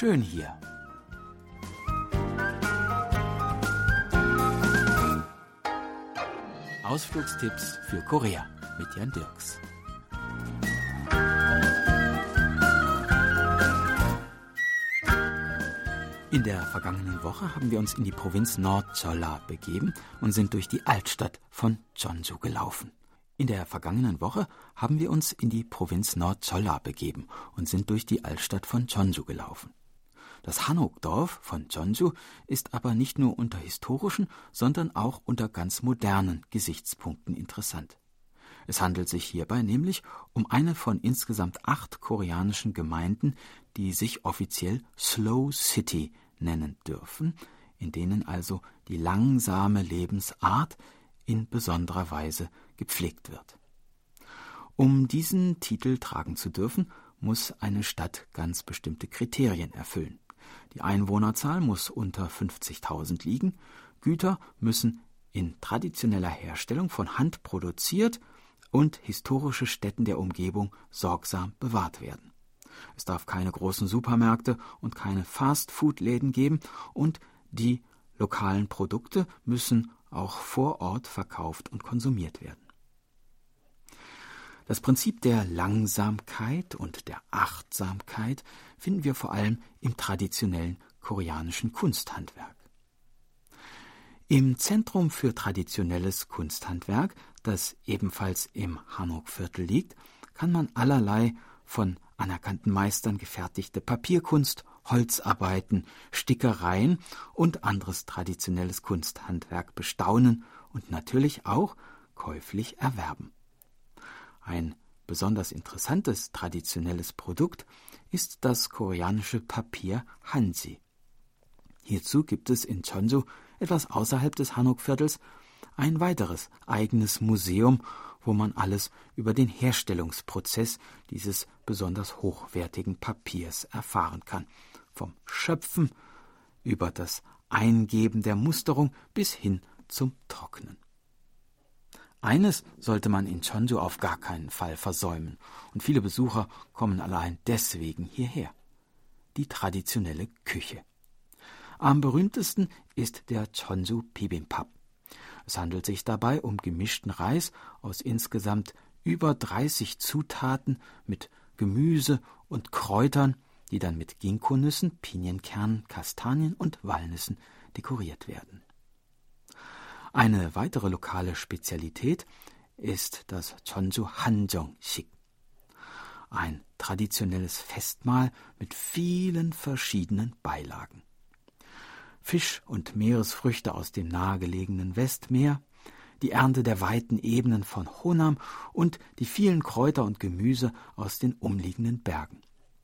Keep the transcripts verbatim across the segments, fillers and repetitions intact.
schön hier. Ausflugstipps für Korea mit Jan Dirks. In der vergangenen Woche haben wir uns in die Provinz Nord-Jeolla begeben und sind durch die Altstadt von Jeonju gelaufen. In der vergangenen Woche haben wir uns in die Provinz Nord-Jeolla begeben und sind durch die Altstadt von Jeonju gelaufen. Das Hanok-Dorf von Jeonju ist aber nicht nur unter historischen, sondern auch unter ganz modernen Gesichtspunkten interessant. Es handelt sich hierbei nämlich um eine von insgesamt acht koreanischen Gemeinden, die sich offiziell Slow City nennen dürfen, in denen also die langsame Lebensart in besonderer Weise gepflegt wird. Um diesen Titel tragen zu dürfen, muss eine Stadt ganz bestimmte Kriterien erfüllen. Die Einwohnerzahl muss unter fünfzigtausend liegen, Güter müssen in traditioneller Herstellung von Hand produziert und historische Stätten der Umgebung sorgsam bewahrt werden. Es darf keine großen Supermärkte und keine Fast-Food-Läden geben und die lokalen Produkte müssen auch vor Ort verkauft und konsumiert werden. Das Prinzip der Langsamkeit und der Achtsamkeit finden wir vor allem im traditionellen koreanischen Kunsthandwerk. Im Zentrum für traditionelles Kunsthandwerk, das ebenfalls im Hanok-Viertel liegt, kann man allerlei von anerkannten Meistern gefertigte Papierkunst, Holzarbeiten, Stickereien und anderes traditionelles Kunsthandwerk bestaunen und natürlich auch käuflich erwerben. Ein besonders interessantes traditionelles Produkt ist das koreanische Papier Hanji. Hierzu gibt es in Jeonju, etwas außerhalb des Hanok-Viertels, ein weiteres eigenes Museum, wo man alles über den Herstellungsprozess dieses besonders hochwertigen Papiers erfahren kann. Vom Schöpfen über das Eingeben der Musterung bis hin zum Trocknen. Eines sollte man in Jeonju auf gar keinen Fall versäumen, und viele Besucher kommen allein deswegen hierher: die traditionelle Küche. Am berühmtesten ist der Jeonju Bibimbap. Es handelt sich dabei um gemischten Reis aus insgesamt über dreißig Zutaten mit Gemüse und Kräutern, die dann mit Ginkgonüssen, Pinienkernen, Kastanien und Walnüssen dekoriert werden. Eine weitere lokale Spezialität ist das Jeonju Hanjeong-sik, ein traditionelles Festmahl mit vielen verschiedenen Beilagen. Fisch und Meeresfrüchte aus dem nahegelegenen Westmeer, die Ernte der weiten Ebenen von Honam und die vielen Kräuter und Gemüse aus den umliegenden Bergen.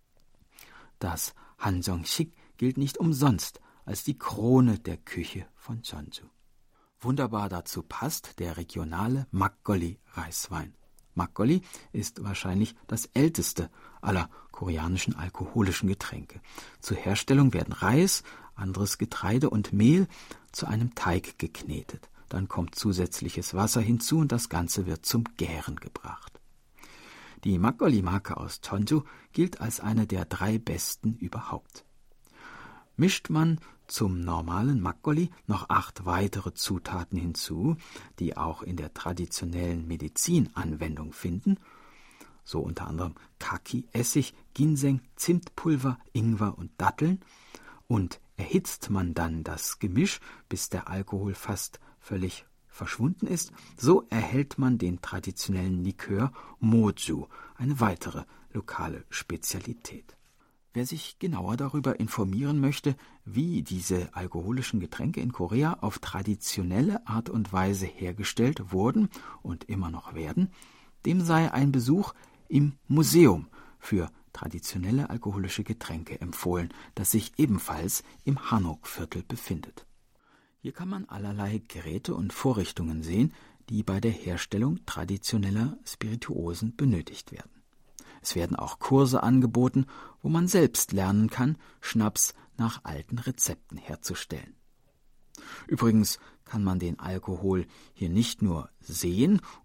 Das Hanjeong-sik gilt nicht umsonst als die Krone der Küche von Jeonju. Wunderbar dazu passt der regionale Makgeolli-Reiswein. Makgeolli ist wahrscheinlich das älteste aller koreanischen alkoholischen Getränke. Zur Herstellung werden Reis, anderes Getreide und Mehl zu einem Teig geknetet. Dann kommt zusätzliches Wasser hinzu und das Ganze wird zum Gären gebracht. Die Makgeolli-Marke aus Jeonju gilt als eine der drei besten überhaupt. Mischt man zum normalen Makgeolli noch acht weitere Zutaten hinzu, die auch in der traditionellen Medizin Anwendung finden, so unter anderem Kaki-Essig, Ginseng, Zimtpulver, Ingwer und Datteln, und erhitzt man dann das Gemisch, bis der Alkohol fast völlig verschwunden ist, so erhält man den traditionellen Likör Moju, eine weitere lokale Spezialität. Wer sich genauer darüber informieren möchte, wie diese alkoholischen Getränke in Korea auf traditionelle Art und Weise hergestellt wurden und immer noch werden, dem sei ein Besuch im Museum für traditionelle alkoholische Getränke empfohlen, das sich ebenfalls im Hanok-Viertel befindet. Hier kann man allerlei Geräte und Vorrichtungen sehen, die bei der Herstellung traditioneller Spirituosen benötigt werden. Es werden auch Kurse angeboten, wo man selbst lernen kann, Schnaps nach alten Rezepten herzustellen. Übrigens kann man den Alkohol hier nicht nur sehen und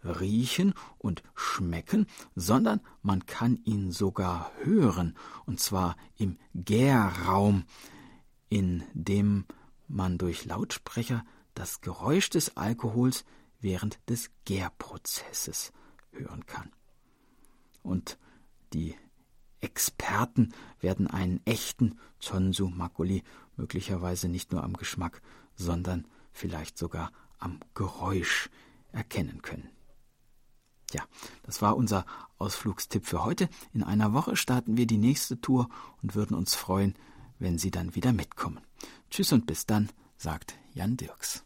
riechen und schmecken, sondern man kann ihn sogar hören, und zwar im Gärraum, in dem man durch Lautsprecher das Geräusch des Alkohols während des Gärprozesses hören kann. Und die Experten werden einen echten Chonsu Makgeolli möglicherweise nicht nur am Geschmack, sondern vielleicht sogar am Geräusch erkennen können. Ja, das war unser Ausflugstipp für heute. In einer Woche starten wir die nächste Tour und würden uns freuen, wenn Sie dann wieder mitkommen. Tschüss und bis dann, sagt Jan Dirks.